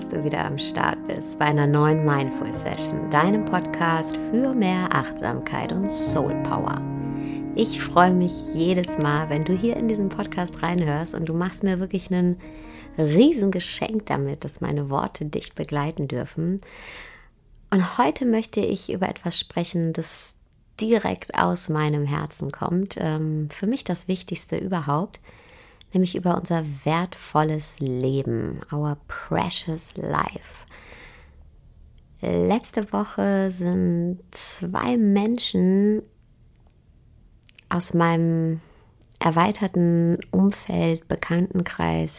dass du wieder am Start bist bei einer neuen Mindful Session, deinem Podcast für mehr Achtsamkeit und Soul Power. Ich freue mich jedes Mal, wenn du hier in diesen Podcast reinhörst und du machst mir wirklich ein Riesengeschenk damit, dass meine Worte dich begleiten dürfen. Und heute möchte ich über etwas sprechen, das direkt aus meinem Herzen kommt. Für mich das Wichtigste überhaupt, nämlich über unser wertvolles Leben, our precious life. Letzte Woche sind 2 Menschen aus meinem erweiterten Umfeld, Bekanntenkreis,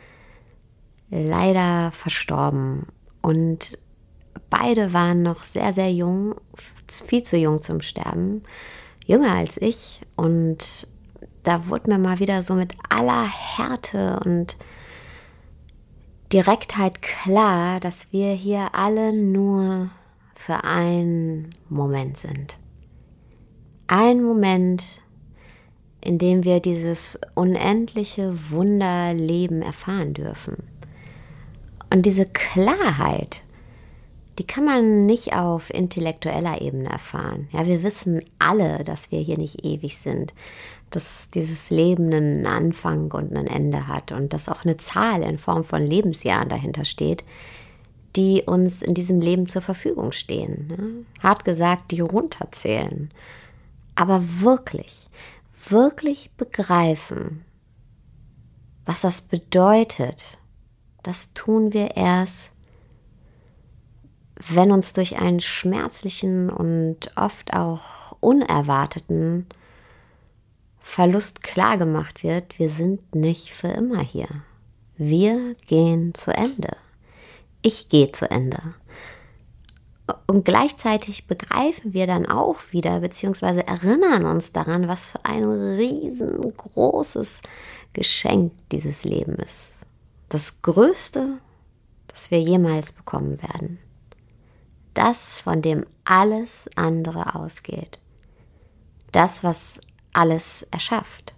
leider verstorben. Und beide waren noch sehr, sehr jung, viel zu jung zum Sterben, jünger als ich. Und da wurde mir mal wieder so mit aller Härte und Direktheit klar, dass wir hier alle nur für einen Moment sind. Ein Moment, in dem wir dieses unendliche Wunderleben erfahren dürfen. Und diese Klarheit, die kann man nicht auf intellektueller Ebene erfahren. Ja, wir wissen alle, dass wir hier nicht ewig sind, dass dieses Leben einen Anfang und ein Ende hat und dass auch eine Zahl in Form von Lebensjahren dahinter steht, die uns in diesem Leben zur Verfügung stehen. Ne? Hart gesagt, die runterzählen. Aber wirklich, wirklich begreifen, was das bedeutet, das tun wir erst, wenn uns durch einen schmerzlichen und oft auch unerwarteten Verlust klargemacht wird, wir sind nicht für immer hier. Wir gehen zu Ende. Ich gehe zu Ende. Und gleichzeitig begreifen wir dann auch wieder, beziehungsweise erinnern uns daran, was für ein riesengroßes Geschenk dieses Leben ist. Das Größte, das wir jemals bekommen werden. Das, von dem alles andere ausgeht. Das, was alles erschafft.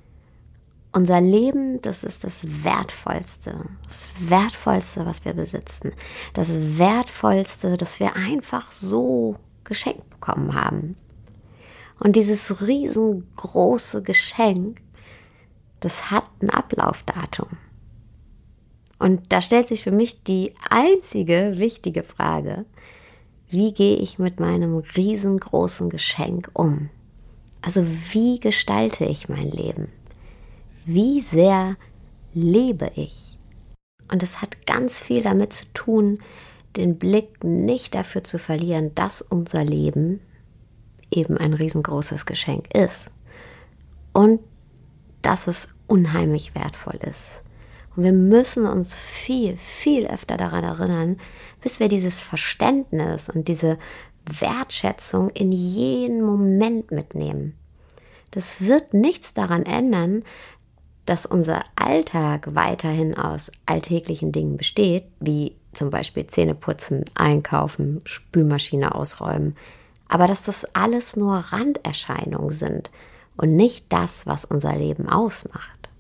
Unser Leben, das ist das Wertvollste, was wir besitzen. Das Wertvollste, das wir einfach so geschenkt bekommen haben. Und dieses riesengroße Geschenk, das hat ein Ablaufdatum. Und da stellt sich für mich die einzige wichtige Frage: Wie gehe ich mit meinem riesengroßen Geschenk um? Also wie gestalte ich mein Leben? Wie sehr lebe ich? Und es hat ganz viel damit zu tun, den Blick nicht dafür zu verlieren, dass unser Leben eben ein riesengroßes Geschenk ist. Und dass es unheimlich wertvoll ist. Und wir müssen uns viel, viel öfter daran erinnern, bis wir dieses Verständnis und diese Wertschätzung in jeden Moment mitnehmen. Das wird nichts daran ändern, dass unser Alltag weiterhin aus alltäglichen Dingen besteht, wie zum Beispiel Zähneputzen, Einkaufen, Spülmaschine ausräumen, aber dass das alles nur Randerscheinungen sind und nicht das, was unser Leben ausmacht.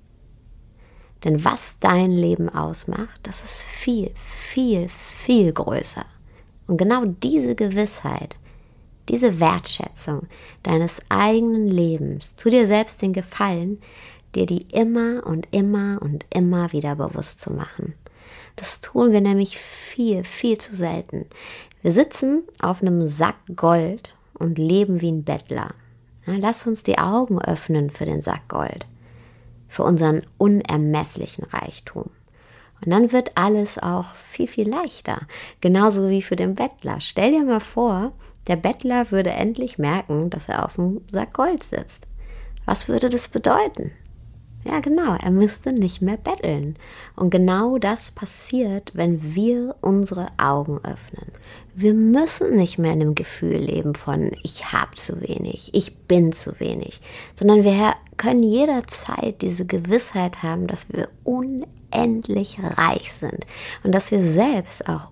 Denn was dein Leben ausmacht, das ist viel, viel, viel größer. Und genau diese Gewissheit, diese Wertschätzung deines eigenen Lebens, tu dir selbst den Gefallen, dir die immer und immer und immer wieder bewusst zu machen. Das tun wir nämlich viel, viel zu selten. Wir sitzen auf einem Sack Gold und leben wie ein Bettler. Ja, lass uns die Augen öffnen für den Sack Gold, für unseren unermesslichen Reichtum. Und dann wird alles auch viel, viel leichter. Genauso wie für den Bettler. Stell dir mal vor, der Bettler würde endlich merken, dass er auf einem Sack Gold sitzt. Was würde das bedeuten? Ja, genau, er müsste nicht mehr betteln. Und genau das passiert, wenn wir unsere Augen öffnen. Wir müssen nicht mehr in dem Gefühl leben von ich habe zu wenig, ich bin zu wenig, sondern wir können jederzeit diese Gewissheit haben, dass wir unendlich reich sind und dass wir selbst auch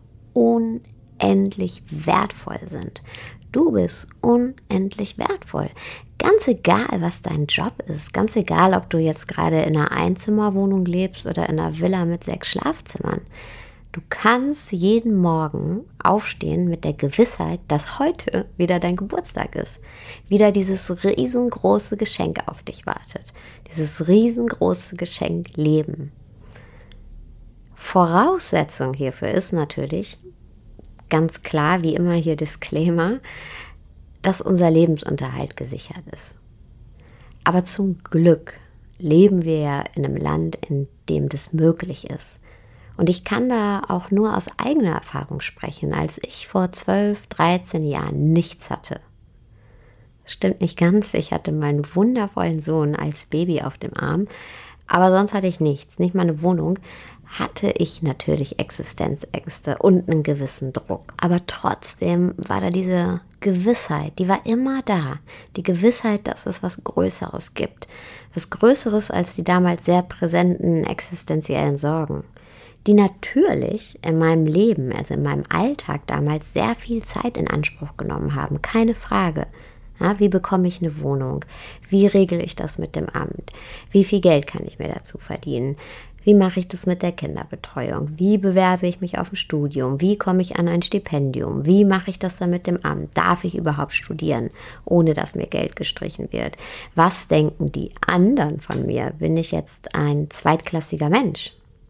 unendlich wertvoll sind. Du bist unendlich wertvoll. Ganz egal, was dein Job ist, ganz egal, ob du jetzt gerade in einer Einzimmerwohnung lebst oder in einer Villa mit 6 Schlafzimmern. Du kannst jeden Morgen aufstehen mit der Gewissheit, dass heute wieder dein Geburtstag ist. Wieder dieses riesengroße Geschenk auf dich wartet. Dieses riesengroße Geschenk Leben. Voraussetzung hierfür ist natürlich, ganz klar, wie immer hier Disclaimer, dass unser Lebensunterhalt gesichert ist. Aber zum Glück leben wir ja in einem Land, in dem das möglich ist. Und ich kann da auch nur aus eigener Erfahrung sprechen, als ich vor 12, 13 Jahren nichts hatte. Stimmt nicht ganz, ich hatte meinen wundervollen Sohn als Baby auf dem Arm, aber sonst hatte ich nichts, nicht mal eine Wohnung, hatte ich natürlich Existenzängste und einen gewissen Druck. Aber trotzdem war da diese Gewissheit, die war immer da. Die Gewissheit, dass es was Größeres gibt. Was Größeres als die damals sehr präsenten existenziellen Sorgen, die natürlich in meinem Leben, also in meinem Alltag damals sehr viel Zeit in Anspruch genommen haben. Keine Frage. Ja, wie bekomme ich eine Wohnung? Wie regle ich das mit dem Amt? Wie viel Geld kann ich mir dazu verdienen? Wie mache ich das mit der Kinderbetreuung? Wie bewerbe ich mich auf ein Studium? Wie komme ich an ein Stipendium? Wie mache ich das dann mit dem Amt? Darf ich überhaupt studieren, ohne dass mir Geld gestrichen wird? Was denken die anderen von mir? Bin ich jetzt ein zweitklassiger Mensch?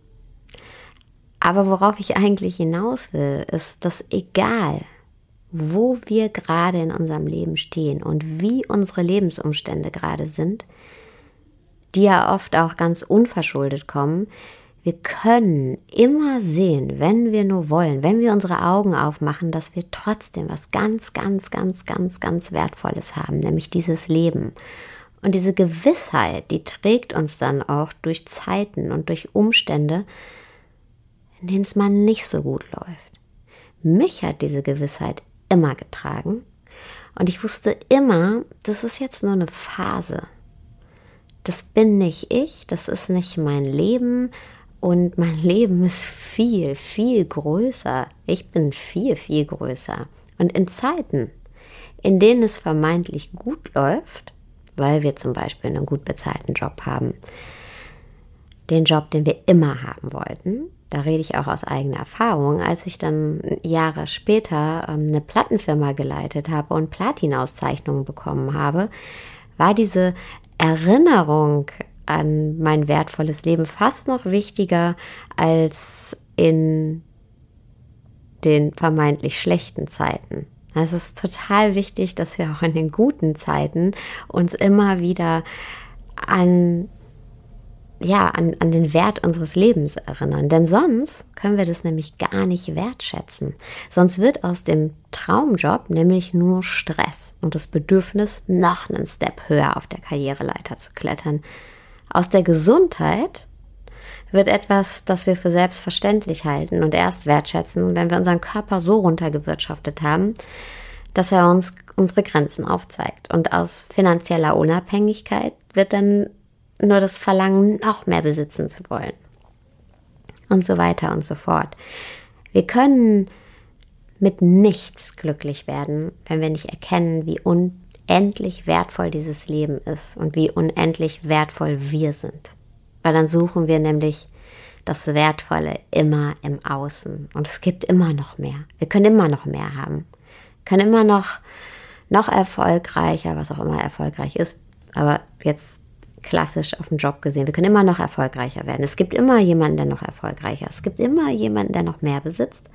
Aber worauf ich eigentlich hinaus will, ist, dass egal, wo wir gerade in unserem Leben stehen und wie unsere Lebensumstände gerade sind, die ja oft auch ganz unverschuldet kommen, wir können immer sehen, wenn wir nur wollen, wenn wir unsere Augen aufmachen, dass wir trotzdem was ganz, ganz, ganz, ganz, ganz Wertvolles haben, nämlich dieses Leben. Und diese Gewissheit, die trägt uns dann auch durch Zeiten und durch Umstände, in denen es mal nicht so gut läuft. Mich hat diese Gewissheit immer getragen und ich wusste immer, das ist jetzt nur eine Phase. Das bin nicht ich, das ist nicht mein Leben und mein Leben ist viel, viel größer. Ich bin viel, viel größer. Und in Zeiten, in denen es vermeintlich gut läuft, weil wir zum Beispiel einen gut bezahlten Job haben, den Job, den wir immer haben wollten, da rede ich auch aus eigener Erfahrung, als ich dann Jahre später eine Plattenfirma geleitet habe und Platinauszeichnungen bekommen habe, war diese Erinnerung an mein wertvolles Leben fast noch wichtiger als in den vermeintlich schlechten Zeiten. Es ist total wichtig, dass wir auch in den guten Zeiten uns immer wieder an den Wert unseres Lebens erinnern. Denn sonst können wir das nämlich gar nicht wertschätzen. Sonst wird aus dem Traumjob nämlich nur Stress und das Bedürfnis, noch einen Step höher auf der Karriereleiter zu klettern. Aus der Gesundheit wird etwas, das wir für selbstverständlich halten und erst wertschätzen, wenn wir unseren Körper so runtergewirtschaftet haben, dass er uns unsere Grenzen aufzeigt. Und aus finanzieller Unabhängigkeit wird dann nur das Verlangen, noch mehr besitzen zu wollen. Und so weiter und so fort. Wir können mit nichts glücklich werden, wenn wir nicht erkennen, wie unendlich wertvoll dieses Leben ist und wie unendlich wertvoll wir sind. Weil dann suchen wir nämlich das Wertvolle immer im Außen. Und es gibt immer noch mehr. Wir können immer noch mehr haben. Wir können immer noch erfolgreicher, was auch immer erfolgreich ist, aber jetzt klassisch auf den Job gesehen. Wir können immer noch erfolgreicher werden. Es gibt immer jemanden, der noch erfolgreicher ist. Es gibt immer jemanden, der noch mehr besitzt.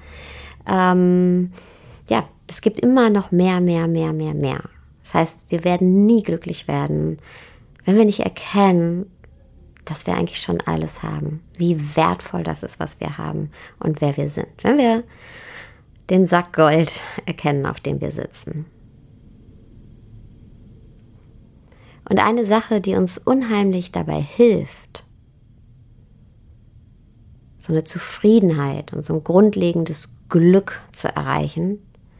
Es gibt immer noch mehr. Das heißt, wir werden nie glücklich werden, wenn wir nicht erkennen, dass wir eigentlich schon alles haben. Wie wertvoll das ist, was wir haben und wer wir sind. Wenn wir den Sack Gold erkennen, auf dem wir sitzen. Und eine Sache, die uns unheimlich dabei hilft, so eine Zufriedenheit und so ein grundlegendes Glück zu erreichen,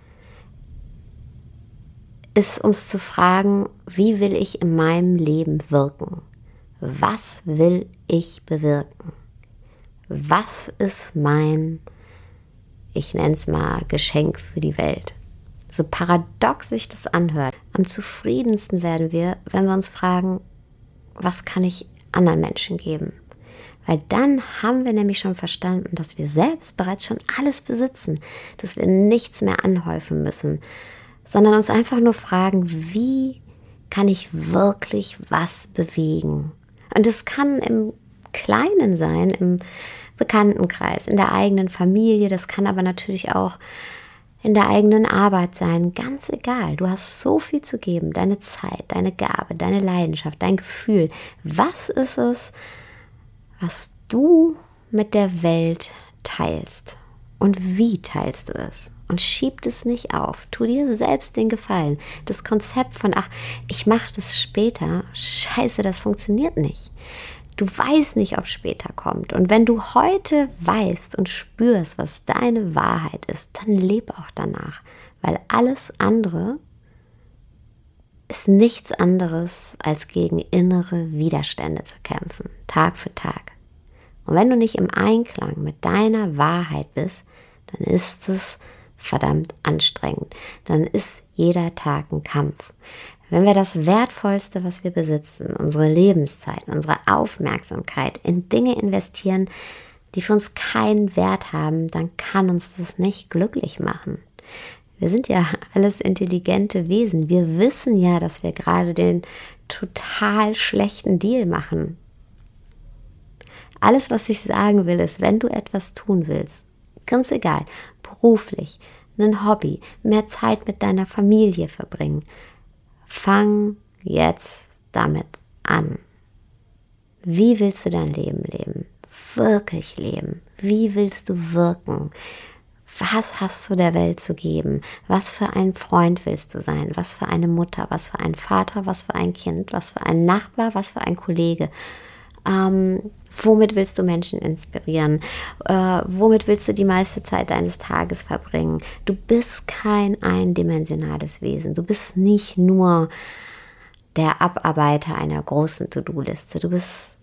ist uns zu fragen, wie will ich in meinem Leben wirken? Was will ich bewirken? Was ist mein, ich nenne es mal, Geschenk für die Welt? So paradox sich das anhört, am zufriedensten werden wir, wenn wir uns fragen, was kann ich anderen Menschen geben? Weil dann haben wir nämlich schon verstanden, dass wir selbst bereits schon alles besitzen, dass wir nichts mehr anhäufen müssen, sondern uns einfach nur fragen, wie kann ich wirklich was bewegen? Und es kann im Kleinen sein, im Bekanntenkreis, in der eigenen Familie, das kann aber natürlich auch in der eigenen Arbeit sein, ganz egal. Du hast so viel zu geben, deine Zeit, deine Gabe, deine Leidenschaft, dein Gefühl. Was ist es, was du mit der Welt teilst? Und wie teilst du es? Und schieb es nicht auf. Tu dir selbst den Gefallen. Das Konzept von, ach, ich mache das später, scheiße, das funktioniert nicht. Du weißt nicht, ob später kommt. Und wenn du heute weißt und spürst, was deine Wahrheit ist, dann leb auch danach. Weil alles andere ist nichts anderes, als gegen innere Widerstände zu kämpfen, Tag für Tag. Und wenn du nicht im Einklang mit deiner Wahrheit bist, dann ist es verdammt anstrengend. Dann ist jeder Tag ein Kampf. Wenn wir das Wertvollste, was wir besitzen, unsere Lebenszeit, unsere Aufmerksamkeit in Dinge investieren, die für uns keinen Wert haben, dann kann uns das nicht glücklich machen. Wir sind ja alles intelligente Wesen. Wir wissen ja, dass wir gerade den total schlechten Deal machen. Alles, was ich sagen will, ist, wenn du etwas tun willst, ganz egal, beruflich, ein Hobby, mehr Zeit mit deiner Familie verbringen, fang jetzt damit an. Wie willst du dein Leben leben? Wirklich leben? Wie willst du wirken? Was hast du der Welt zu geben? Was für ein Freund willst du sein? Was für eine Mutter? Was für ein Vater? Was für ein Kind? Was für ein Nachbar? Was für ein Kollege? Womit willst du Menschen inspirieren? Womit willst du die meiste Zeit deines Tages verbringen? Du bist kein eindimensionales Wesen. Du bist nicht nur der Abarbeiter einer großen To-Do-Liste. Du bist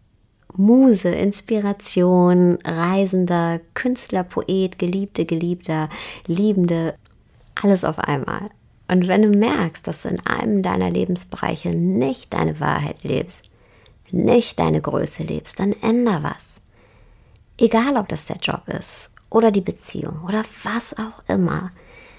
Muse, Inspiration, Reisender, Künstler, Poet, Geliebter, Liebende, alles auf einmal. Und wenn du merkst, dass du in einem deiner Lebensbereiche nicht deine Wahrheit lebst, nicht deine Größe lebst, dann änder was. Egal, ob das der Job ist oder die Beziehung oder was auch immer.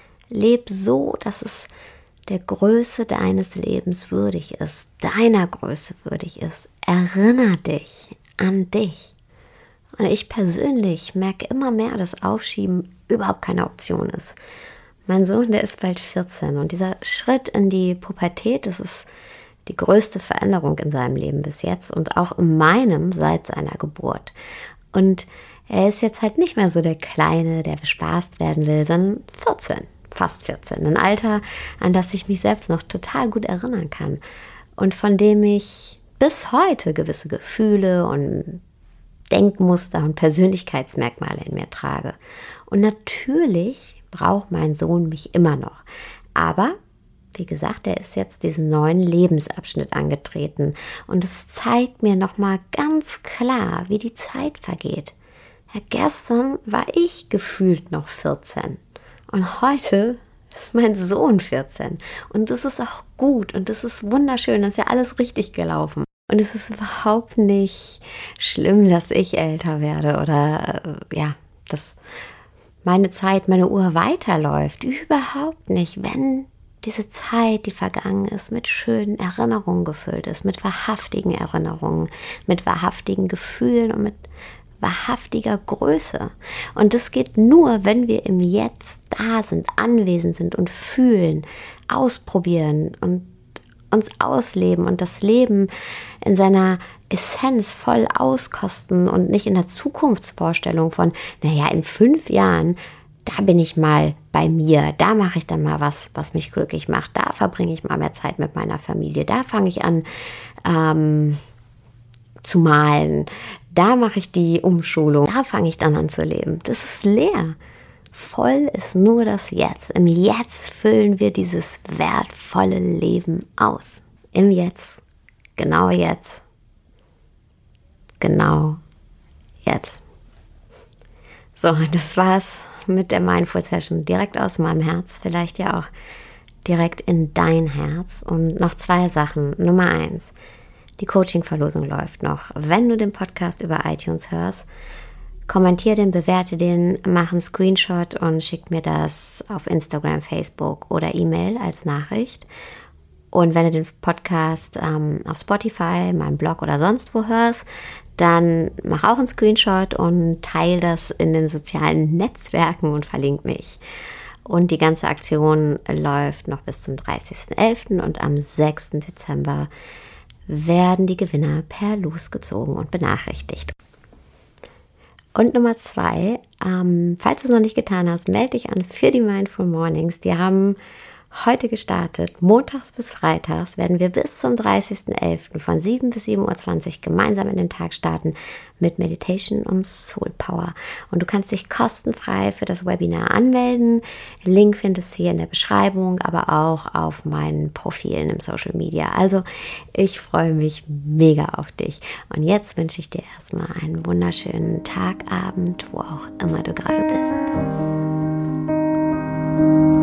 Leb so, dass es der Größe deines Lebens würdig ist, deiner Größe würdig ist. Erinnere dich an dich. Und ich persönlich merke immer mehr, dass Aufschieben überhaupt keine Option ist. Mein Sohn, der ist bald 14 und dieser Schritt in die Pubertät, das ist die größte Veränderung in seinem Leben bis jetzt und auch in meinem seit seiner Geburt. Und er ist jetzt halt nicht mehr so der Kleine, der bespaßt werden will, sondern 14, fast 14. Ein Alter, an das ich mich selbst noch total gut erinnern kann und von dem ich bis heute gewisse Gefühle und Denkmuster und Persönlichkeitsmerkmale in mir trage. Und natürlich braucht mein Sohn mich immer noch. Aber wie gesagt, er ist jetzt diesen neuen Lebensabschnitt angetreten und es zeigt mir nochmal ganz klar, wie die Zeit vergeht. Ja, gestern war ich gefühlt noch 14 und heute ist mein Sohn 14 und das ist auch gut und das ist wunderschön, das ist ja alles richtig gelaufen. Und es ist überhaupt nicht schlimm, dass ich älter werde oder dass meine Zeit, meine Uhr weiterläuft. Überhaupt nicht, wenn diese Zeit, die vergangen ist, mit schönen Erinnerungen gefüllt ist, mit wahrhaftigen Erinnerungen, mit wahrhaftigen Gefühlen und mit wahrhaftiger Größe. Und das geht nur, wenn wir im Jetzt da sind, anwesend sind und fühlen, ausprobieren und uns ausleben und das Leben in seiner Essenz voll auskosten und nicht in der Zukunftsvorstellung von, in 5 Jahren, da bin ich mal bei mir, da mache ich dann mal was mich glücklich macht, da verbringe ich mal mehr Zeit mit meiner Familie, da fange ich an zu malen, da mache ich die Umschulung, da fange ich dann an zu leben. Das ist leer. Voll ist nur das Jetzt. Im Jetzt füllen wir dieses wertvolle Leben aus. Im Jetzt. Genau jetzt. Genau jetzt. So, das war's mit der Mindful Session. Direkt aus meinem Herz, vielleicht ja auch direkt in dein Herz. Und noch 2 Sachen. Nummer 1. Die Coaching-Verlosung läuft noch. Wenn du den Podcast über iTunes hörst, kommentier den, bewerte den, mach einen Screenshot und schick mir das auf Instagram, Facebook oder E-Mail als Nachricht. Und wenn du den Podcast auf Spotify, meinem Blog oder sonst wo hörst, dann mach auch einen Screenshot und teile das in den sozialen Netzwerken und verlink mich. Und die ganze Aktion läuft noch bis zum 30.11. und am 6. Dezember werden die Gewinner per Los gezogen und benachrichtigt. Und Nummer 2, falls du es noch nicht getan hast, melde dich an für die Mindful Mornings. Die haben heute gestartet. Montags bis freitags werden wir bis zum 30.11. von 7 bis 7.20 Uhr gemeinsam in den Tag starten mit Meditation und Soul Power. Und du kannst dich kostenfrei für das Webinar anmelden. Link findest du hier in der Beschreibung, aber auch auf meinen Profilen im Social Media. Also ich freue mich mega auf dich. Und jetzt wünsche ich dir erstmal einen wunderschönen Tag, Abend, wo auch immer du gerade bist.